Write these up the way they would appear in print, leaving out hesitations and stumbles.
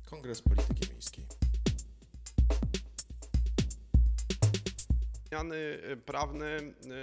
Kongres Polityki Miejskiej. Zmiany prawne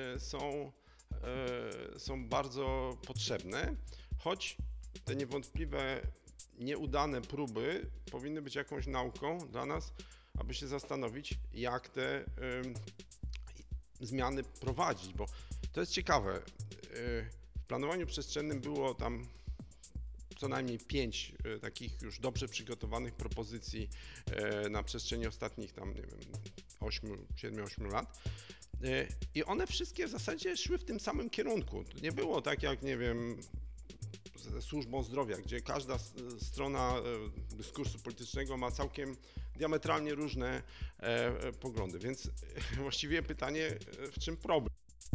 są bardzo potrzebne, choć te niewątpliwe nieudane próby powinny być jakąś nauką dla nas, aby się zastanowić, jak te zmiany prowadzić, bo to jest ciekawe. W planowaniu przestrzennym było tam co najmniej 5 takich już dobrze przygotowanych propozycji na przestrzeni ostatnich tam, nie wiem, 7-8 lat. I one wszystkie w zasadzie szły w tym samym kierunku. Nie było tak jak, nie wiem, ze służbą zdrowia, gdzie każda strona dyskursu politycznego ma całkiem diametralnie różne poglądy. Więc właściwie pytanie, w czym problem?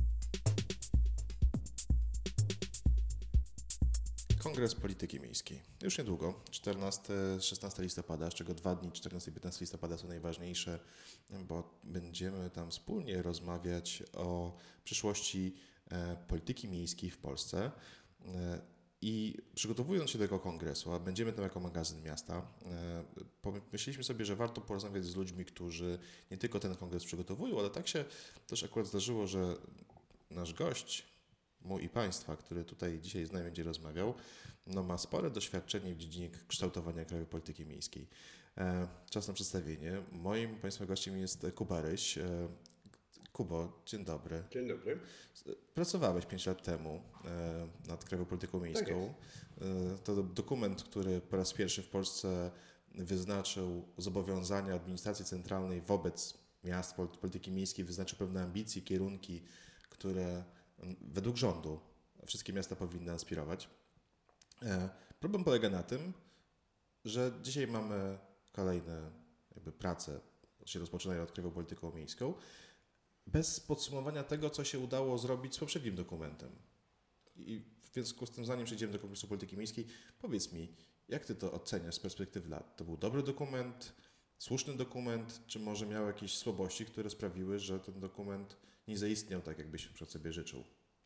Kongres Polityki Miejskiej. Już niedługo, 14-16 listopada, z czego 2 dni, 14 i 15 listopada są najważniejsze, bo będziemy tam wspólnie rozmawiać o przyszłości polityki miejskiej w Polsce. I przygotowując się do tego kongresu, a będziemy tam jako magazyn miasta, pomyśleliśmy sobie, że warto porozmawiać z ludźmi, którzy nie tylko ten kongres przygotowują, ale tak się też akurat zdarzyło, że nasz gość, mój i Państwa, który tutaj dzisiaj z nami będzie rozmawiał, ma spore doświadczenie w dziedzinie kształtowania krajowej polityki miejskiej. Czas na przedstawienie. Moim Państwa gościem jest Kuba Ryś. Kubo, dzień dobry. Dzień dobry. Pracowałeś 5 lat temu nad krajową polityką miejską. Tak, to dokument, który po raz pierwszy w Polsce wyznaczył zobowiązania administracji centralnej wobec miast, polityki miejskiej, wyznaczył pewne ambicje, kierunki, które według rządu wszystkie miasta powinny aspirować. Problem polega na tym, że dzisiaj mamy kolejne prace, się rozpoczynają nad krajową polityką miejską, bez podsumowania tego, co się udało zrobić z poprzednim dokumentem. I w związku z tym, zanim przejdziemy do Kongresu Polityki Miejskiej, powiedz mi, jak ty to oceniasz z perspektywy lat? To był dobry dokument, słuszny dokument, czy może miał jakieś słabości, które sprawiły, że ten dokument nie zaistniał tak, jakbyś przed sobie życzył?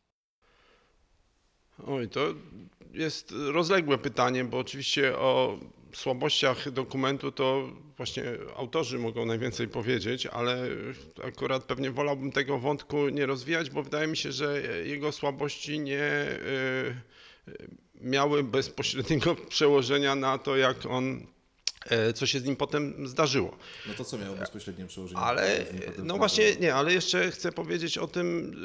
Oj, to jest rozległe pytanie, bo oczywiście o słabościach dokumentu to właśnie autorzy mogą najwięcej powiedzieć, ale akurat pewnie wolałbym tego wątku nie rozwijać, bo wydaje mi się, że jego słabości nie miały bezpośredniego przełożenia na to, co się z nim potem zdarzyło. No to co miało bezpośrednie przełożenie? Ale no właśnie nie, ale jeszcze chcę powiedzieć o tym,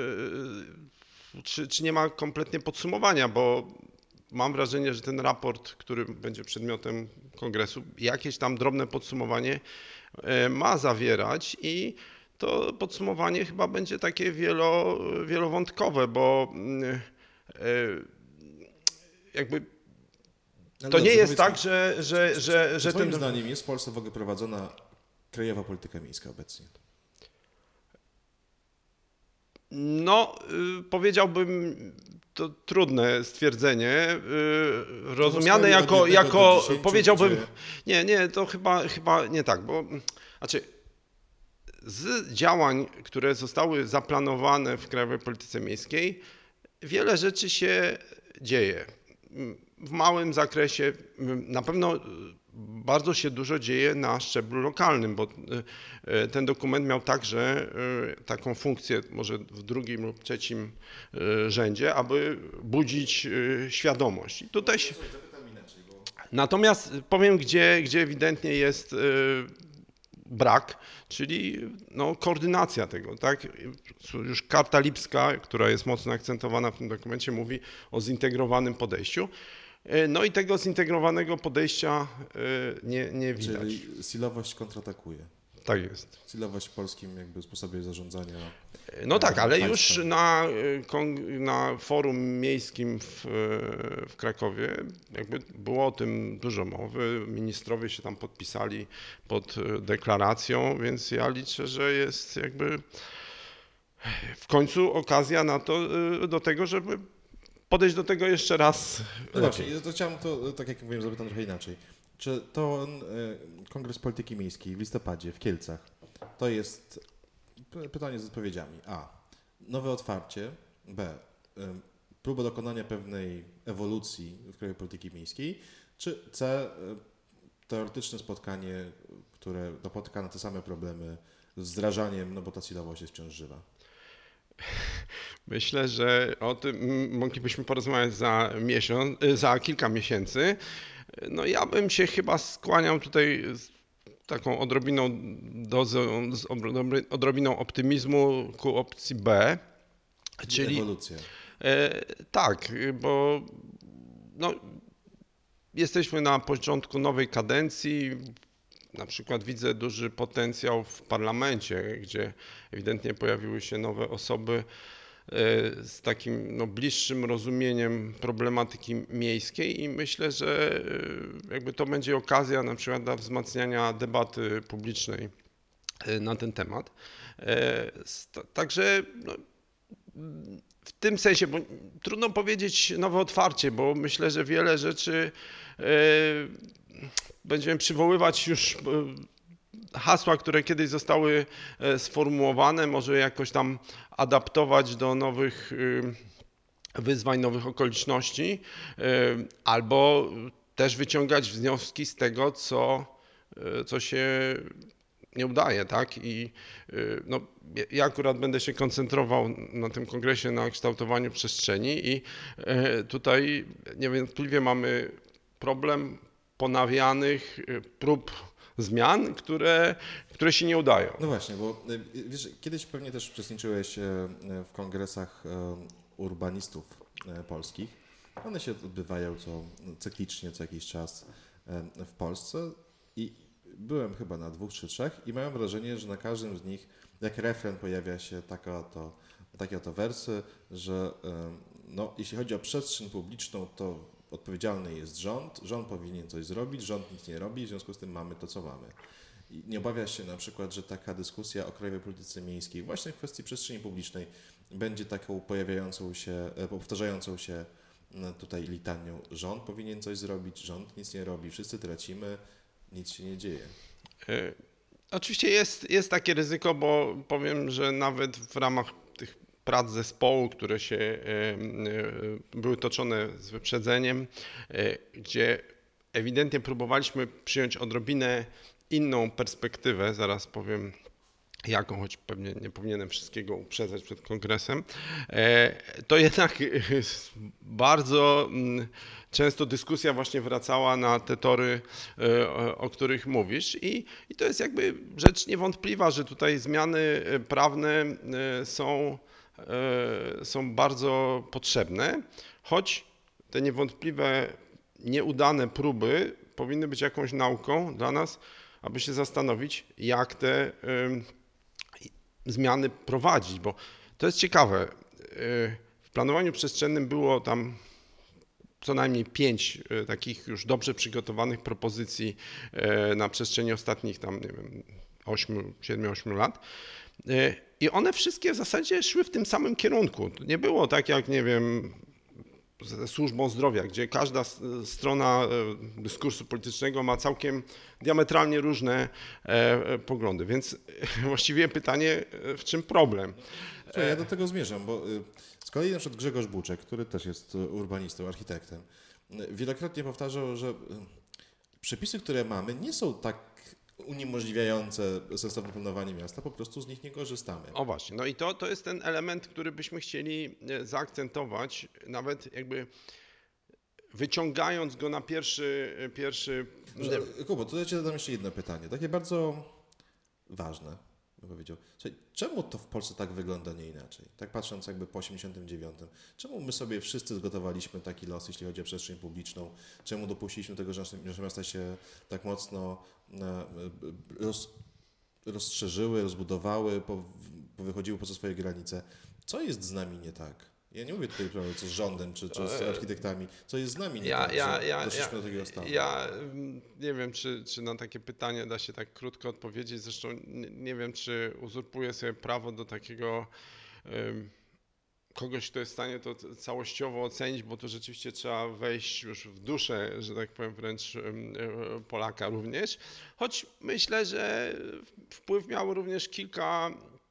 czy nie ma kompletnie podsumowania, bo mam wrażenie, że ten raport, który będzie przedmiotem kongresu, jakieś tam drobne podsumowanie ma zawierać i to podsumowanie chyba będzie takie wielowątkowe, bo jakby to nie jest tak, że Twoim zdaniem jest w Polsce w ogóle prowadzona krajowa polityka miejska obecnie? No, powiedziałbym, to trudne stwierdzenie, rozumiane jako powiedziałbym, nie, to chyba nie tak, bo znaczy z działań, które zostały zaplanowane w krajowej polityce miejskiej, wiele rzeczy się dzieje. W małym zakresie na pewno bardzo się dużo dzieje na szczeblu lokalnym, bo ten dokument miał także taką funkcję, może w drugim lub trzecim rzędzie, aby budzić świadomość. I tutaj się... Natomiast powiem, gdzie ewidentnie jest brak, czyli koordynacja tego, tak? Już Karta Lipska, która jest mocno akcentowana w tym dokumencie, mówi o zintegrowanym podejściu. No i tego zintegrowanego podejścia nie widać. Czyli silowość kontratakuje. Tak jest. Silowość w polskim sposobie zarządzania. No tak, ale państwem. już na forum miejskim w Krakowie było o tym dużo mowy. Ministrowie się tam podpisali pod deklaracją, więc ja liczę, że jest w końcu okazja do tego, żeby podejść do tego jeszcze raz. No właśnie, to chciałem tak jak mówiłem, zapytam trochę inaczej. Czy to Kongres Polityki Miejskiej w listopadzie w Kielcach to jest pytanie z odpowiedziami? A. Nowe otwarcie. B. Próba dokonania pewnej ewolucji w krajowej polityki miejskiej. Czy C. teoretyczne spotkanie, które napotyka na te same problemy z wdrażaniem, no bo ta silowość jest wciąż żywa. Myślę, że o tym moglibyśmy porozmawiać za kilka miesięcy. No ja bym się chyba skłaniał tutaj z taką odrobiną dozą, z odrobiną optymizmu ku opcji B, czyli ewolucja. Tak, bo no, jesteśmy na początku nowej kadencji. Na przykład widzę duży potencjał w parlamencie, gdzie ewidentnie pojawiły się nowe osoby z takim bliższym rozumieniem problematyki miejskiej i myślę, że jakby to będzie okazja na przykład dla wzmacniania debaty publicznej na ten temat. Także w tym sensie, bo trudno powiedzieć nowe otwarcie, bo myślę, że wiele rzeczy będziemy przywoływać już hasła, które kiedyś zostały sformułowane, może jakoś tam adaptować do nowych wyzwań, nowych okoliczności, albo też wyciągać wnioski z tego, co się nie udaje, tak? I no, ja akurat będę się koncentrował na tym kongresie na kształtowaniu przestrzeni i tutaj niewątpliwie mamy problem ponawianych prób zmian, które się nie udają. No właśnie, bo wiesz, kiedyś pewnie też uczestniczyłeś w kongresach urbanistów polskich. One się odbywają cyklicznie co jakiś czas w Polsce i byłem chyba na 2 czy 3 i mam wrażenie, że na każdym z nich jak refren pojawia się takie oto wersy, że no, jeśli chodzi o przestrzeń publiczną, to odpowiedzialny jest rząd powinien coś zrobić, rząd nic nie robi, w związku z tym mamy to, co mamy. I nie obawiasz się na przykład, że taka dyskusja o krajowej polityce miejskiej właśnie w kwestii przestrzeni publicznej będzie taką powtarzającą się tutaj litanią. Rząd powinien coś zrobić, rząd nic nie robi, wszyscy tracimy, nic się nie dzieje. Oczywiście jest takie ryzyko, bo powiem, że nawet w ramach tych prac zespołu, które się były toczone z wyprzedzeniem, gdzie ewidentnie próbowaliśmy przyjąć odrobinę inną perspektywę, zaraz powiem jaką, choć pewnie nie powinienem wszystkiego uprzedzać przed kongresem, to jednak bardzo często dyskusja właśnie wracała na te tory, o których mówisz i to jest jakby rzecz niewątpliwa, że tutaj zmiany prawne są bardzo potrzebne, choć te niewątpliwe nieudane próby powinny być jakąś nauką dla nas, aby się zastanowić, jak te zmiany prowadzić, bo to jest ciekawe. W planowaniu przestrzennym było tam co najmniej 5 takich już dobrze przygotowanych propozycji na przestrzeni ostatnich tam, nie wiem, 7-8 lat. I one wszystkie w zasadzie szły w tym samym kierunku. To nie było tak jak, nie wiem, ze służbą zdrowia, gdzie każda strona dyskursu politycznego ma całkiem diametralnie różne poglądy. Więc właściwie pytanie, w czym problem? Ja do tego zmierzam, bo z kolei na przykład Grzegorz Buczek, który też jest urbanistą, architektem, wielokrotnie powtarzał, że przepisy, które mamy, nie są tak uniemożliwiające sensowne planowanie miasta, po prostu z nich nie korzystamy. O właśnie, no i to jest ten element, który byśmy chcieli zaakcentować, nawet jakby wyciągając go na pierwszy... Kubo, to ja ci zadam jeszcze jedno pytanie, takie bardzo ważne, bym powiedział. Słuchaj, czemu to w Polsce tak wygląda, nie inaczej? Tak patrząc jakby po 89. Czemu my sobie wszyscy zgotowaliśmy taki los, jeśli chodzi o przestrzeń publiczną? Czemu dopuściliśmy tego, że nasze miasta się tak mocno rozszerzyły, rozbudowały, wychodziły poza swoje granice? Co jest z nami nie tak? Ja nie mówię tutaj co z rządem czy z architektami. Co jest z nami nie tak, że doszliśmy do takiego stanu? Ja nie wiem, czy na takie pytanie da się tak krótko odpowiedzieć. Zresztą nie wiem, czy uzurpuję sobie prawo do takiego kogoś, kto jest w stanie to całościowo ocenić, bo to rzeczywiście trzeba wejść już w duszę, że tak powiem, wręcz Polaka również. Choć myślę, że wpływ miało również kilka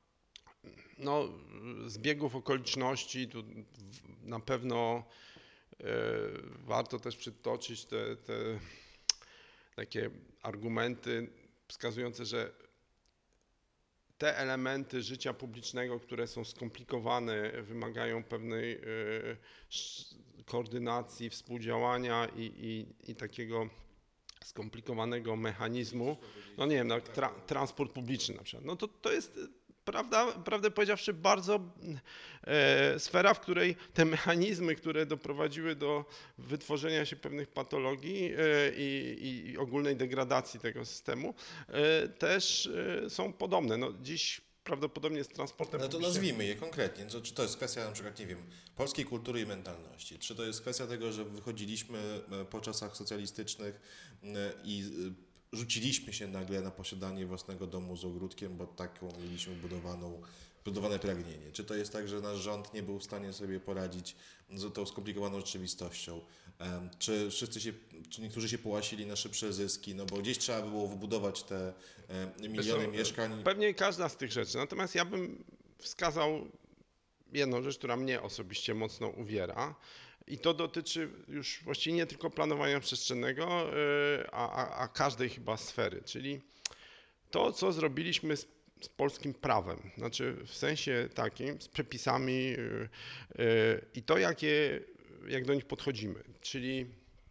zbiegów okoliczności. Tu na pewno warto też przytoczyć te takie argumenty wskazujące, że te elementy życia publicznego, które są skomplikowane, wymagają pewnej koordynacji, współdziałania i takiego skomplikowanego mechanizmu, no nie wiem, transport publiczny na przykład, no to jest prawdę powiedziawszy bardzo sfera, w której te mechanizmy, które doprowadziły do wytworzenia się pewnych patologii i ogólnej degradacji tego systemu też są podobne. No dziś prawdopodobnie z transportem No to publicznym. nazwijmy je konkretnie. Czy to jest kwestia na przykład, nie wiem, polskiej kultury i mentalności? Czy to jest kwestia tego, że wychodziliśmy po czasach socjalistycznych i rzuciliśmy się nagle na posiadanie własnego domu z ogródkiem, bo taką mieliśmy budowane pragnienie? Czy to jest tak, że nasz rząd nie był w stanie sobie poradzić z tą skomplikowaną rzeczywistością? Czy niektórzy się połasili na szybsze zyski, no bo gdzieś trzeba było wybudować te miliony mieszkań? Pewnie każda z tych rzeczy. Natomiast ja bym wskazał jedną rzecz, która mnie osobiście mocno uwiera. I to dotyczy już właściwie nie tylko planowania przestrzennego, a każdej chyba sfery, czyli to, co zrobiliśmy z polskim prawem, znaczy w sensie takim, z przepisami i to, jak do nich podchodzimy. Czyli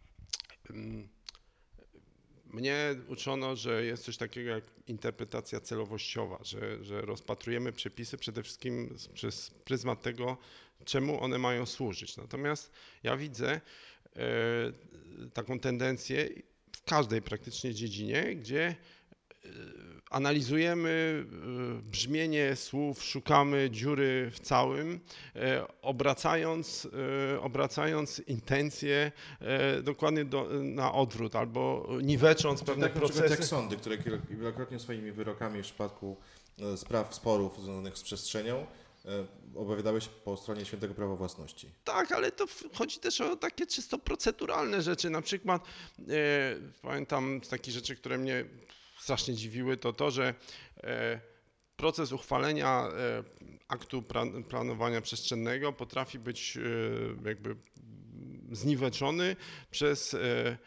mnie uczono, że jest coś takiego jak interpretacja celowościowa, że rozpatrujemy przepisy przede wszystkim przez pryzmat tego, czemu one mają służyć. Natomiast ja widzę taką tendencję w każdej praktycznie dziedzinie, gdzie analizujemy brzmienie słów, szukamy dziury w całym, obracając intencje dokładnie na odwrót albo niwecząc pewne procesy. Jak sądy, które wielokrotnie swoimi wyrokami w przypadku spraw, sporów związanych z przestrzenią opowiadały się po stronie świętego prawa własności. Tak, ale to chodzi też o takie czysto proceduralne rzeczy. Na przykład pamiętam z takich rzeczy, które mnie strasznie dziwiły, to, że proces uchwalenia aktu planowania przestrzennego potrafi być jakby zniweczony przez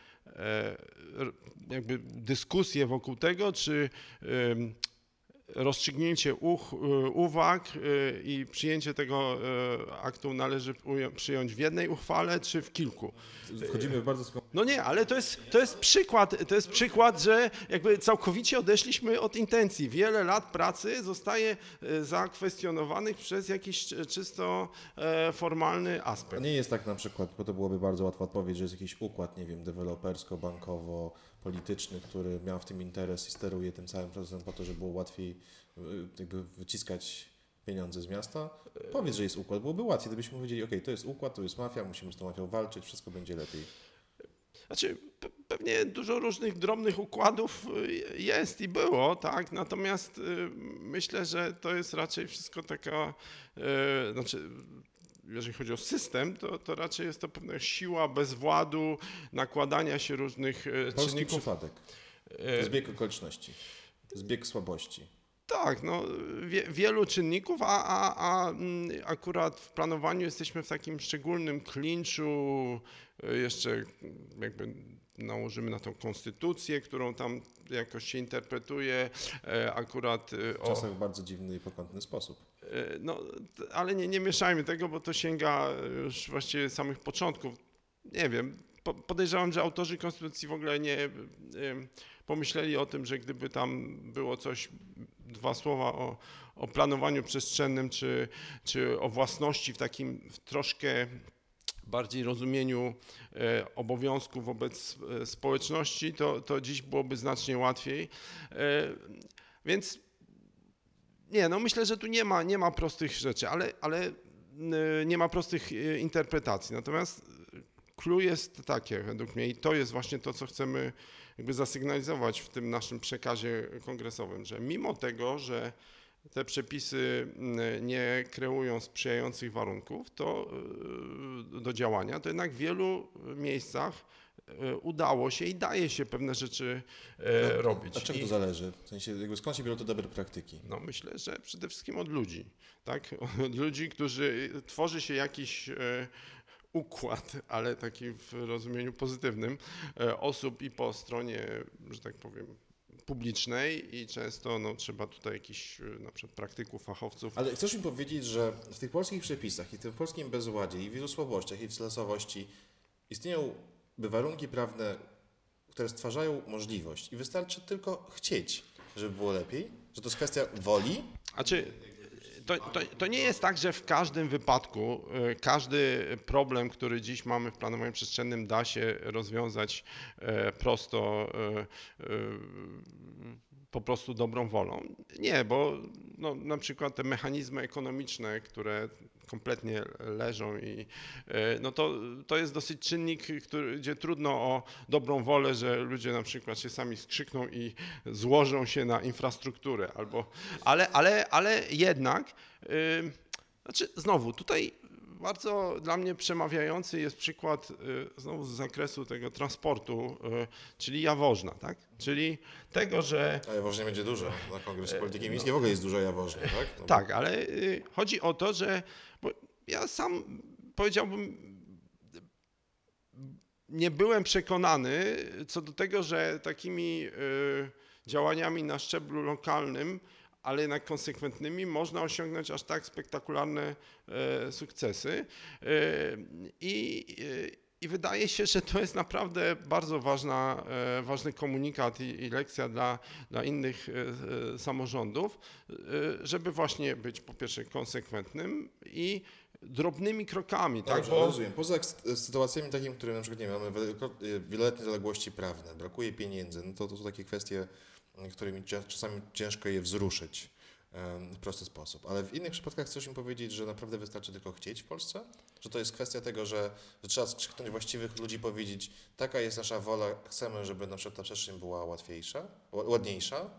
jakby dyskusję wokół tego, czy rozstrzygnięcie uwag i przyjęcie tego aktu należy przyjąć w jednej uchwale, czy w kilku. Wchodzimy w bardzo... No nie, ale to jest przykład, że jakby całkowicie odeszliśmy od intencji. Wiele lat pracy zostaje zakwestionowanych przez jakiś czysto formalny aspekt. Nie jest tak na przykład, bo to byłoby bardzo łatwa odpowiedź, że jest jakiś układ, nie wiem, dewelopersko-bankowo-polityczny, który miał w tym interes i steruje tym całym procesem po to, żeby było łatwiej jakby wyciskać pieniądze z miasta. Powiedz, że jest układ, byłoby łatwiej, gdybyśmy powiedzieli, ok, to jest układ, to jest mafia, musimy z tą mafią walczyć, wszystko będzie lepiej. Znaczy, pewnie dużo różnych drobnych układów jest i było, tak? Natomiast myślę, że to jest raczej wszystko taka, znaczy, jeżeli chodzi o system, to raczej jest to pewna siła bezwładu, nakładania się różnych Polski czynników. przypadek, zbieg okoliczności, zbieg słabości. Tak, no, wielu czynników, a akurat w planowaniu jesteśmy w takim szczególnym klinczu, jeszcze jakby nałożymy na tą konstytucję, którą tam jakoś się interpretuje, akurat... Czasem w bardzo dziwny i pokątny sposób. No, ale nie mieszajmy tego, bo to sięga już właściwie samych początków. Nie wiem, podejrzewam, że autorzy konstytucji w ogóle nie pomyśleli o tym, że gdyby tam było coś, dwa słowa o planowaniu przestrzennym, czy o własności w takim troszkę bardziej rozumieniu obowiązku wobec społeczności, to dziś byłoby znacznie łatwiej. Więc nie, no myślę, że tu nie ma prostych rzeczy, ale nie ma prostych interpretacji. Natomiast clue jest takie według mnie i to jest właśnie to, co chcemy jakby zasygnalizować w tym naszym przekazie kongresowym, że mimo tego, że te przepisy nie kreują sprzyjających warunków do działania, to jednak w wielu miejscach udało się i daje się pewne rzeczy robić. A czego to zależy? W sensie, jakby skąd się biorą te dobre praktyki? No myślę, że przede wszystkim od ludzi, tak? Od ludzi, którzy tworzy się jakiś układ, ale taki w rozumieniu pozytywnym, osób i po stronie, że tak powiem, publicznej i często trzeba tutaj jakichś na przykład praktyków, fachowców. Ale chcesz mi powiedzieć, że w tych polskich przepisach i w tym polskim bezładzie i w wielu słabościach i w losowości istnieją warunki prawne, które stwarzają możliwość i wystarczy tylko chcieć, żeby było lepiej? Że to jest kwestia woli? Znaczy, to nie jest tak, że w każdym wypadku każdy problem, który dziś mamy w planowaniu przestrzennym, da się rozwiązać prosto, po prostu dobrą wolą. Nie, bo na przykład te mechanizmy ekonomiczne, które kompletnie leżą i to jest dosyć czynnik, gdzie trudno o dobrą wolę, że ludzie na przykład się sami skrzykną i złożą się na infrastrukturę, ale jednak, znaczy znowu tutaj bardzo dla mnie przemawiający jest przykład znowu z zakresu tego transportu, czyli Jaworzna, tak? Czyli tego, że... A Jaworznie będzie dużo. Na Kongresie Polityki Miejskiej w ogóle jest dużo Jaworznie, tak? Tak, ale chodzi o to, że bo ja sam powiedziałbym, nie byłem przekonany co do tego, że takimi działaniami na szczeblu lokalnym, ale jednak konsekwentnymi, można osiągnąć aż tak spektakularne sukcesy. I wydaje się, że to jest naprawdę bardzo ważny komunikat i lekcja dla innych samorządów, żeby właśnie być po pierwsze konsekwentnym i drobnymi krokami. Dobrze, tak? rozumiem. Poza sytuacjami takimi, które na przykład, nie wiem, mamy wieloletnie zaległości prawne, brakuje pieniędzy, to są takie kwestie, którymi czasami ciężko je wzruszyć w prosty sposób. Ale w innych przypadkach chcesz mi powiedzieć, że naprawdę wystarczy tylko chcieć w Polsce? Że to jest kwestia tego, że trzeba skrzyknąć właściwych ludzi, powiedzieć, taka jest nasza wola, chcemy, żeby na przykład ta przestrzeń była ładniejsza?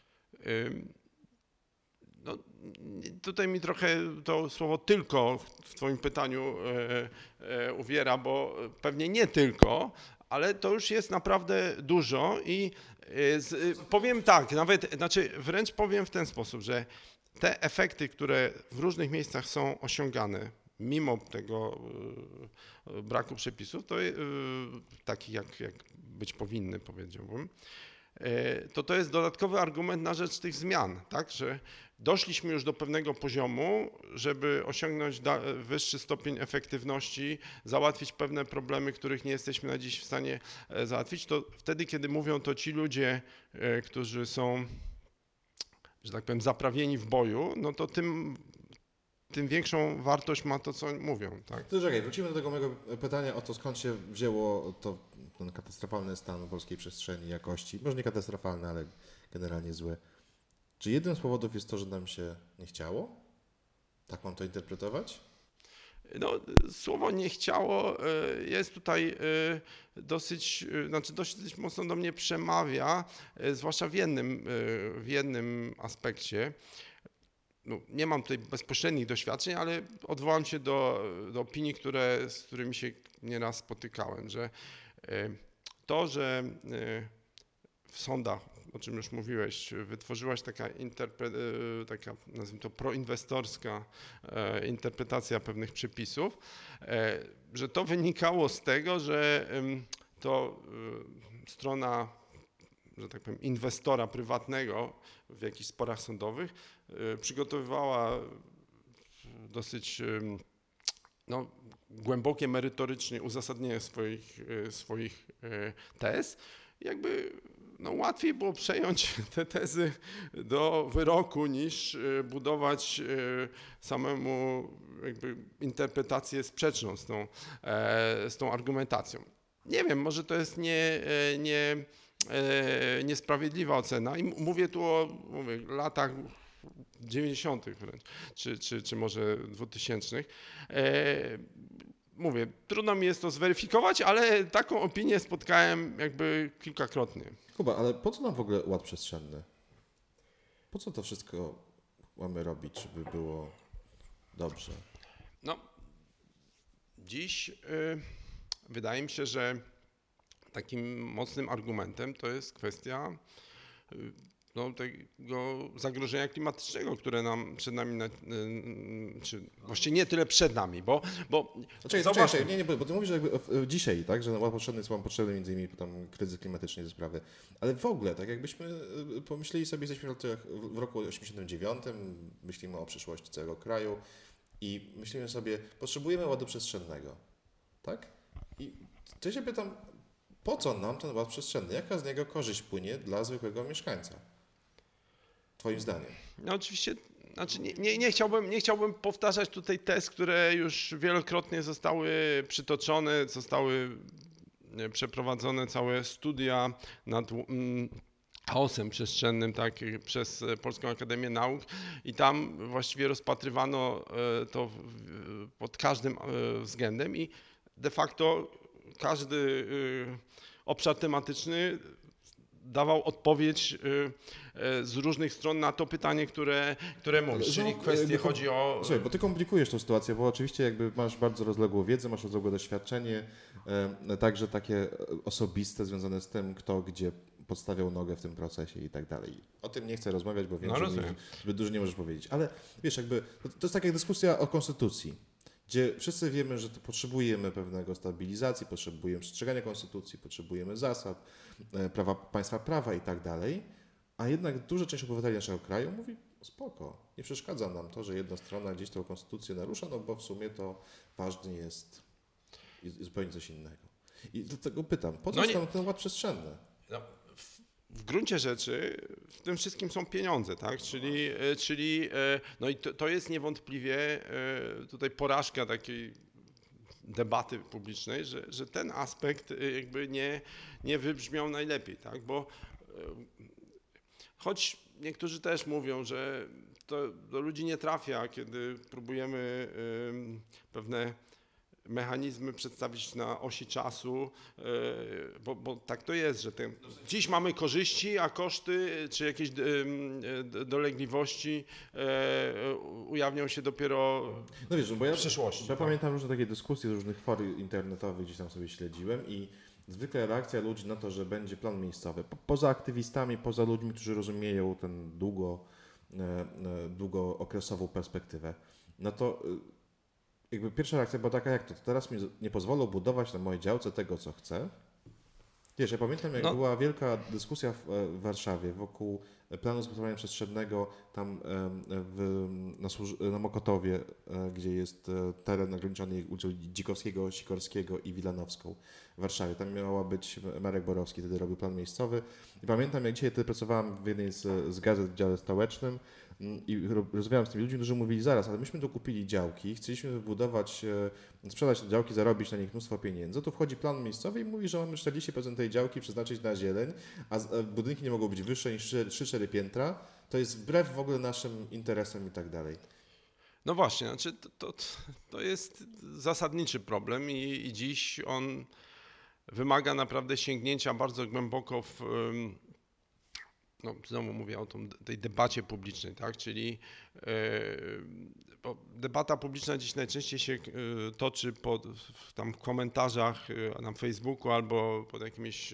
No, tutaj mi trochę to słowo tylko w Twoim pytaniu uwiera, bo pewnie nie tylko, ale to już jest naprawdę dużo i powiem tak, wręcz powiem w ten sposób, że te efekty, które w różnych miejscach są osiągane, mimo tego braku przepisów, takich jak być powinny, powiedziałbym, to jest dodatkowy argument na rzecz tych zmian, tak, że doszliśmy już do pewnego poziomu, żeby osiągnąć wyższy stopień efektywności, załatwić pewne problemy, których nie jesteśmy na dziś w stanie załatwić, to wtedy, kiedy mówią to ci ludzie, którzy są, że tak powiem, zaprawieni w boju, no to tym większą wartość ma to, co mówią. Tak? To czekaj, wrócimy do tego mojego pytania o to, skąd się wzięło ten katastrofalny stan polskiej przestrzeni jakości. Może nie katastrofalny, ale generalnie zły. Czy jednym z powodów jest to, że nam się nie chciało? Tak mam to interpretować? No, słowo nie chciało jest tutaj dosyć mocno do mnie przemawia, zwłaszcza w jednym aspekcie. No, nie mam tutaj bezpośrednich doświadczeń, ale odwołam się do opinii, z którymi się nieraz spotykałem, że to, że w sądach, o czym już mówiłeś, wytworzyłaś taka nazwijmy to proinwestorska interpretacja pewnych przepisów, że to wynikało z tego, że to strona, że tak powiem, inwestora prywatnego w jakichś sporach sądowych przygotowywała dosyć głębokie merytorycznie uzasadnienie swoich tez. Jakby łatwiej było przejąć te tezy do wyroku niż budować samemu jakby interpretację sprzeczną z tą argumentacją. Nie wiem, może to jest niesprawiedliwa ocena i mówię tu o latach 90. wręcz, czy może 2000. Mówię, trudno mi jest to zweryfikować, ale taką opinię spotkałem jakby kilkakrotnie. Kuba, ale po co nam w ogóle ład przestrzenny? Po co to wszystko mamy robić, żeby było dobrze? No, dziś wydaje mi się, że takim mocnym argumentem to jest kwestia no, tego zagrożenia klimatycznego, które nam przed nami, czy właściwie nie tyle przed nami, bo Czekaj, nie, bo ty mówisz, że jakby dzisiaj, tak, że ład potrzebny jest potrzebny między innymi tam kryzys klimatyczny ze sprawy, ale w ogóle, tak jakbyśmy pomyśleli sobie, jesteśmy w roku 89, myślimy o przyszłości całego kraju i myślimy sobie, potrzebujemy ładu przestrzennego, tak? I to się pytam, po co nam ten ład przestrzenny? Jaka z niego korzyść płynie dla zwykłego mieszkańca? Twoim zdaniem? no oczywiście, znaczy nie chciałbym powtarzać tutaj tez, które już wielokrotnie zostały przytoczone, zostały przeprowadzone całe studia nad chaosem przestrzennym, tak, przez Polską Akademię Nauk i tam właściwie rozpatrywano to pod każdym względem i de facto każdy obszar tematyczny dawał odpowiedź z różnych stron na to pytanie, które mówisz, czyli kwestie chodzi o... Słuchaj, bo ty komplikujesz tą sytuację, bo oczywiście jakby masz bardzo rozległą wiedzę, masz rozległe doświadczenie, także takie osobiste związane z tym, kto gdzie podstawiał nogę w tym procesie i tak dalej. O tym nie chcę rozmawiać, bo wiem, że zbyt dużo nie możesz powiedzieć. Ale wiesz, jakby to jest taka dyskusja o konstytucji, gdzie wszyscy wiemy, że potrzebujemy pewnego stabilizacji, potrzebujemy przestrzegania konstytucji, potrzebujemy zasad, państwa prawa i tak dalej, a jednak duża część obywateli naszego kraju mówi spoko, nie przeszkadza nam to, że jedna strona gdzieś tą konstytucję narusza, no bo w sumie to ważny jest zupełnie coś innego. I dlatego pytam, po co jest tam ten ład przestrzenny? No, w gruncie rzeczy w tym wszystkim są pieniądze, tak? Czyli no i to jest niewątpliwie tutaj porażka takiej debaty publicznej, że ten aspekt jakby nie wybrzmiał najlepiej, tak? Bo choć niektórzy też mówią, że to do ludzi nie trafia, kiedy próbujemy pewne mechanizmy przedstawić na osi czasu, bo tak to jest, że dziś mamy korzyści, a koszty czy jakieś dolegliwości ujawnią się dopiero w przyszłości. Ja pamiętam różne takie dyskusje z różnych forów internetowych, gdzieś tam sobie śledziłem i zwykle reakcja ludzi na to, że będzie plan miejscowy, poza aktywistami, poza ludźmi, którzy rozumieją tę długookresową perspektywę, no to jakby pierwsza reakcja była taka, jak to teraz mi nie pozwolą budować na mojej działce tego, co chcę. Wiesz, ja pamiętam, jak była wielka dyskusja w Warszawie wokół planu zagospodarowania przestrzennego tam na Mokotowie, gdzie jest teren ograniczony ulicą Dzikowskiego, Sikorskiego i Wilanowską w Warszawie. Tam miała być Marek Borowski, wtedy robił plan miejscowy. I pamiętam, jak dzisiaj pracowałem w jednej z gazet w dziale stołecznym i rozmawiałem z tymi ludźmi, którzy mówili, zaraz, ale myśmy tu kupili działki, chcieliśmy wybudować, sprzedać te działki, zarobić na nich mnóstwo pieniędzy. Tu wchodzi plan miejscowy i mówi, że mamy 40% tej działki przeznaczyć na zieleń, a budynki nie mogą być wyższe niż 3-4 piętra. To jest wbrew w ogóle naszym interesom i tak dalej. No właśnie, znaczy to jest zasadniczy problem i dziś on wymaga naprawdę sięgnięcia bardzo głęboko no, znowu mówię o tej debacie publicznej, tak? Czyli bo debata publiczna dziś najczęściej się toczy tam w komentarzach na Facebooku albo pod jakimiś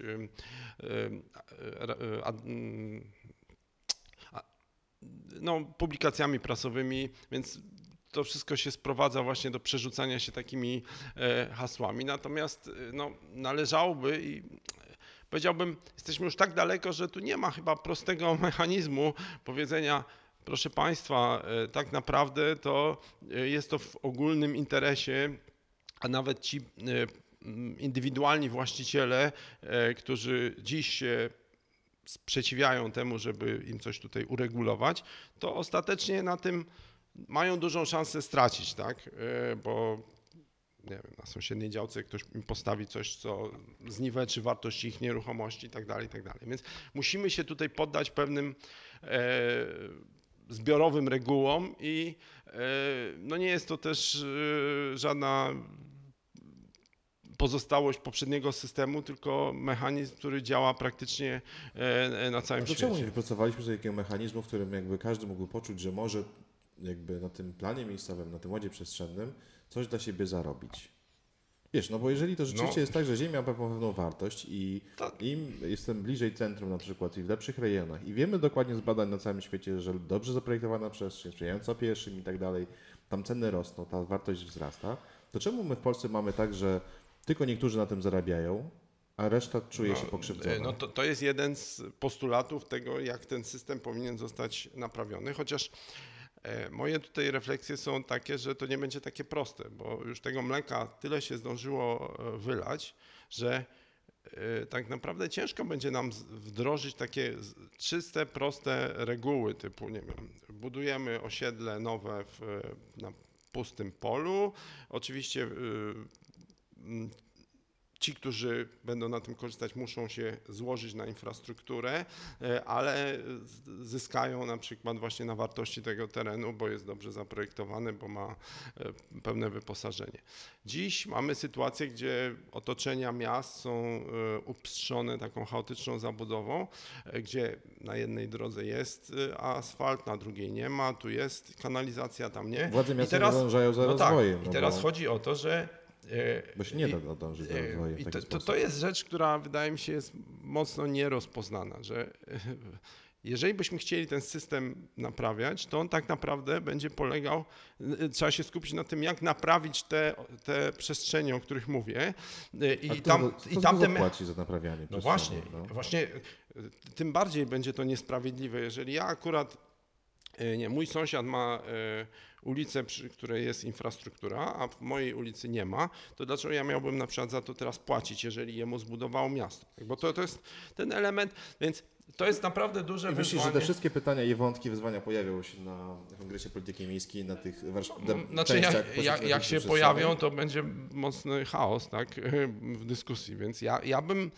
publikacjami prasowymi, więc to wszystko się sprowadza właśnie do przerzucania się takimi hasłami. Natomiast należałoby i powiedziałbym, jesteśmy już tak daleko, że tu nie ma chyba prostego mechanizmu powiedzenia, proszę Państwa, tak naprawdę to jest to w ogólnym interesie, a nawet ci indywidualni właściciele, którzy dziś się sprzeciwiają temu, żeby im coś tutaj uregulować, to ostatecznie na tym mają dużą szansę stracić, tak? Bo nie wiem, na sąsiedniej działce ktoś im postawi coś, co zniweczy wartość ich nieruchomości i tak dalej, i tak dalej. Więc musimy się tutaj poddać pewnym zbiorowym regułom i nie jest to też żadna pozostałość poprzedniego systemu, tylko mechanizm, który działa praktycznie na całym świecie. Czemu nie wypracowaliśmy sobie takiego mechanizmu, w którym jakby każdy mógł poczuć, że może jakby na tym planie miejscowym, na tym ładzie przestrzennym coś dla siebie zarobić? Wiesz, no bo jeżeli to rzeczywiście jest tak, że ziemia ma pewną wartość i im jestem bliżej centrum na przykład i w lepszych rejonach i wiemy dokładnie z badań na całym świecie, że dobrze zaprojektowana przestrzeń, sprzyjająca pieszym i tak dalej, tam ceny rosną, ta wartość wzrasta, to czemu my w Polsce mamy tak, że tylko niektórzy na tym zarabiają, a reszta czuje się pokrzywdzona? No to jest jeden z postulatów tego, jak ten system powinien zostać naprawiony, chociaż moje tutaj refleksje są takie, że to nie będzie takie proste, bo już tego mleka tyle się zdążyło wylać, że tak naprawdę ciężko będzie nam wdrożyć takie czyste, proste reguły typu, nie wiem, budujemy osiedle nowe na pustym polu. Oczywiście ci, którzy będą na tym korzystać, muszą się złożyć na infrastrukturę, ale zyskają na przykład właśnie na wartości tego terenu, bo jest dobrze zaprojektowany, bo ma pełne wyposażenie. Dziś mamy sytuację, gdzie otoczenia miast są upstrzone taką chaotyczną zabudową, gdzie na jednej drodze jest asfalt, na drugiej nie ma, tu jest kanalizacja, tam nie. Władze miasta nadążają za rozwojem. Tak. I teraz chodzi o to, że bo się nie da nadążyć za rozwojem. To jest rzecz, która wydaje mi się jest mocno nierozpoznana, że jeżeli byśmy chcieli ten system naprawiać, to on tak naprawdę będzie polegał, trzeba się skupić na tym, jak naprawić te przestrzenie, o których mówię. Kto zapłaci za naprawianie przestrzeni? Właśnie, tym bardziej będzie to niesprawiedliwe, jeżeli ja akurat, mój sąsiad ma ulicę, przy której jest infrastruktura, a w mojej ulicy nie ma, to dlaczego ja miałbym na przykład za to teraz płacić, jeżeli jemu zbudowało miasto? Bo to jest ten element, więc to jest naprawdę duże wyzwanie. Myślisz, że te wszystkie pytania i wątki wyzwania pojawią się na Kongresie Polityki Miejskiej, na tych częściach? Jak się pojawią, to będzie mocny chaos, tak, w dyskusji, więc ja bym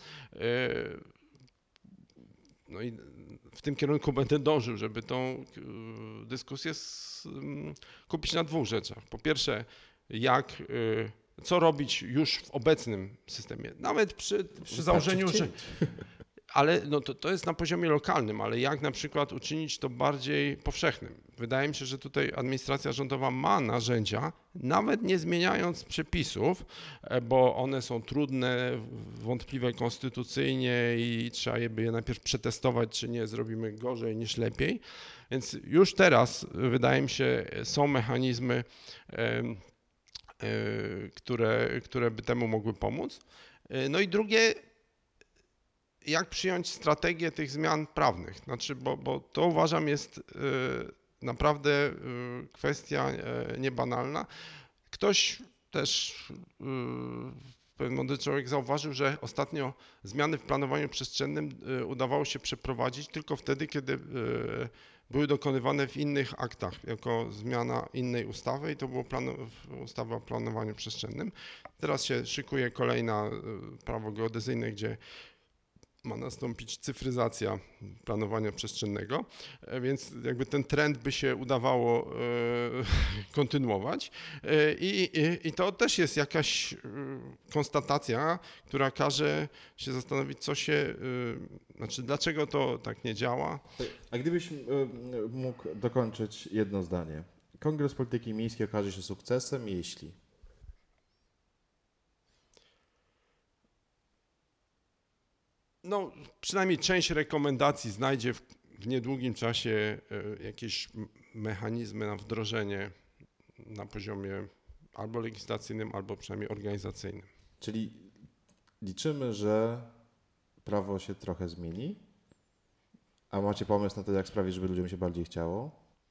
no i w tym kierunku będę dążył, żeby tą dyskusję kupić na dwóch rzeczach. Po pierwsze, co robić już w obecnym systemie, nawet przy założeniu, że... Ale no to jest na poziomie lokalnym, ale jak na przykład uczynić to bardziej powszechnym? Wydaje mi się, że tutaj administracja rządowa ma narzędzia, nawet nie zmieniając przepisów, bo one są trudne, wątpliwe konstytucyjnie i trzeba je najpierw przetestować, czy nie zrobimy gorzej niż lepiej. Więc już teraz, wydaje mi się, są mechanizmy, które by temu mogły pomóc. No i drugie, jak przyjąć strategię tych zmian prawnych? Znaczy, bo to uważam jest naprawdę kwestia niebanalna. Ktoś też, pewien mądry człowiek zauważył, że ostatnio zmiany w planowaniu przestrzennym udawało się przeprowadzić tylko wtedy, kiedy były dokonywane w innych aktach, jako zmiana innej ustawy i to było ustawa o planowaniu przestrzennym. Teraz się szykuje kolejna prawo geodezyjne, gdzie ma nastąpić cyfryzacja planowania przestrzennego, więc jakby ten trend by się udawało kontynuować i to też jest jakaś konstatacja, która każe się zastanowić, dlaczego to tak nie działa. A gdybyś mógł dokończyć jedno zdanie. Kongres Polityki Miejskiej okaże się sukcesem, jeśli... No, przynajmniej część rekomendacji znajdzie w niedługim czasie jakieś mechanizmy na wdrożenie na poziomie albo legislacyjnym, albo przynajmniej organizacyjnym. Czyli liczymy, że prawo się trochę zmieni? A macie pomysł na to, jak sprawić, żeby ludziom się bardziej chciało?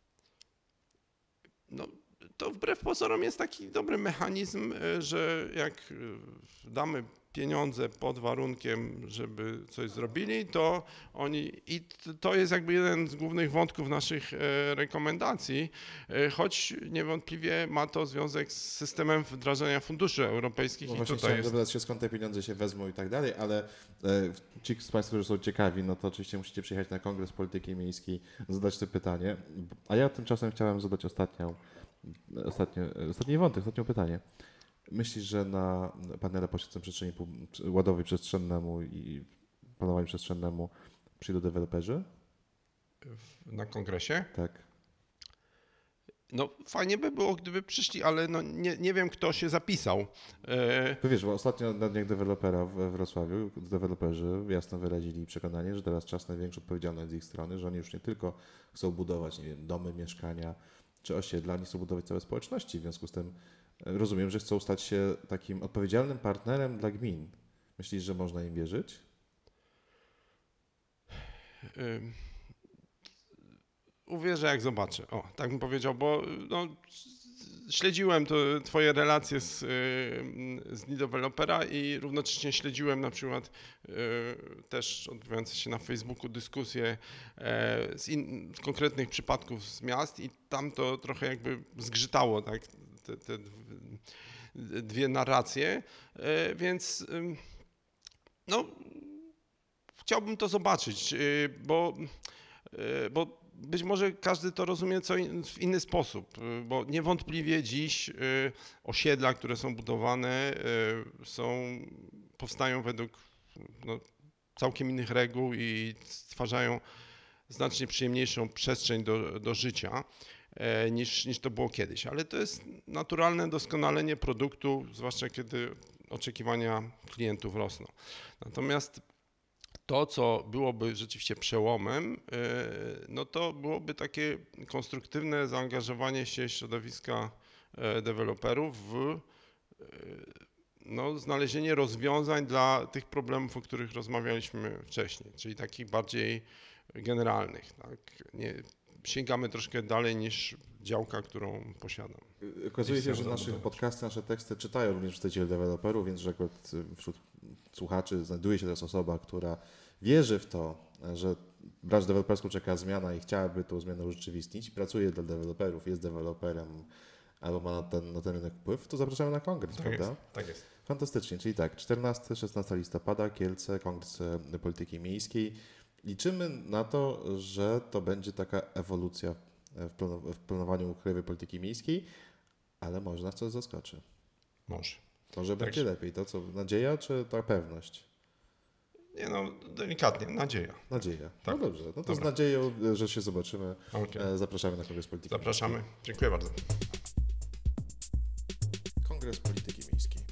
No, to wbrew pozorom jest taki dobry mechanizm, że jak damy pieniądze pod warunkiem, żeby coś zrobili, to to jest jakby jeden z głównych wątków naszych rekomendacji, choć niewątpliwie ma to związek z systemem wdrażania funduszy europejskich. No właśnie chciałem zapytać się, skąd te pieniądze się wezmą i tak dalej, ale ci z Państwa, którzy są ciekawi, no to oczywiście musicie przyjechać na Kongres Polityki Miejskiej, zadać to pytanie, a ja tymczasem chciałem zadać ostatni wątek, ostatnie pytanie. Myślisz, że na panele poświęconym przestrzeni ładowej przestrzennemu i planowaniu przestrzennemu przyjdą deweloperzy? Na kongresie? Tak. No fajnie by było, gdyby przyszli, ale no nie wiem, kto się zapisał. Wiesz, bo ostatnio na Dniach Dewelopera we Wrocławiu deweloperzy jasno wyrazili przekonanie, że teraz czas na większą odpowiedzialność z ich strony, że oni już nie tylko chcą budować, nie wiem, domy, mieszkania czy osiedla, oni chcą budować całe społeczności. W związku z tym rozumiem, że chcą stać się takim odpowiedzialnym partnerem dla gmin. Myślisz, że można im wierzyć? Uwierzę, jak zobaczę. O, tak bym powiedział, bo no, śledziłem twoje relacje z Dni Dewelopera i równocześnie śledziłem na przykład też odbywające się na Facebooku dyskusje z konkretnych przypadków z miast i tam to trochę jakby zgrzytało, tak, te dwie narracje, więc no chciałbym to zobaczyć, bo być może każdy to rozumie w inny sposób, bo niewątpliwie dziś osiedla, które są budowane, powstają według całkiem innych reguł i stwarzają znacznie przyjemniejszą przestrzeń do życia niż to było kiedyś. Ale to jest naturalne doskonalenie produktu, zwłaszcza kiedy oczekiwania klientów rosną. Natomiast to, co byłoby rzeczywiście przełomem, no to byłoby takie konstruktywne zaangażowanie się środowiska deweloperów w znalezienie rozwiązań dla tych problemów, o których rozmawialiśmy wcześniej, czyli takich bardziej generalnych. Tak? Sięgamy troszkę dalej niż działka, którą posiadam. Okazuje się, że naszych podcasty, nasze teksty czytają również przedstawiciele deweloperów, więc że akurat wśród słuchaczy znajduje się teraz osoba, która wierzy w to, że branżę deweloperską czeka zmiana i chciałaby tą zmianę urzeczywistnić, pracuje dla deweloperów, jest deweloperem albo ma na ten rynek wpływ, to zapraszamy na kongres, tak prawda? Jest, tak jest. Fantastycznie, czyli tak, 14-16 listopada, Kielce, Kongres Polityki Miejskiej. Liczymy na to, że to będzie taka ewolucja w planowaniu krajowej polityki miejskiej, ale może nas coś zaskoczy. Może będzie lepiej. To co, nadzieja czy ta pewność? Nie no, delikatnie, nadzieja. Nadzieja. Tak. No dobrze, no to z nadzieją, że się zobaczymy. Okay. Zapraszamy na Kongres Polityki Miejskiej. Dziękuję bardzo. Kongres Polityki Miejskiej.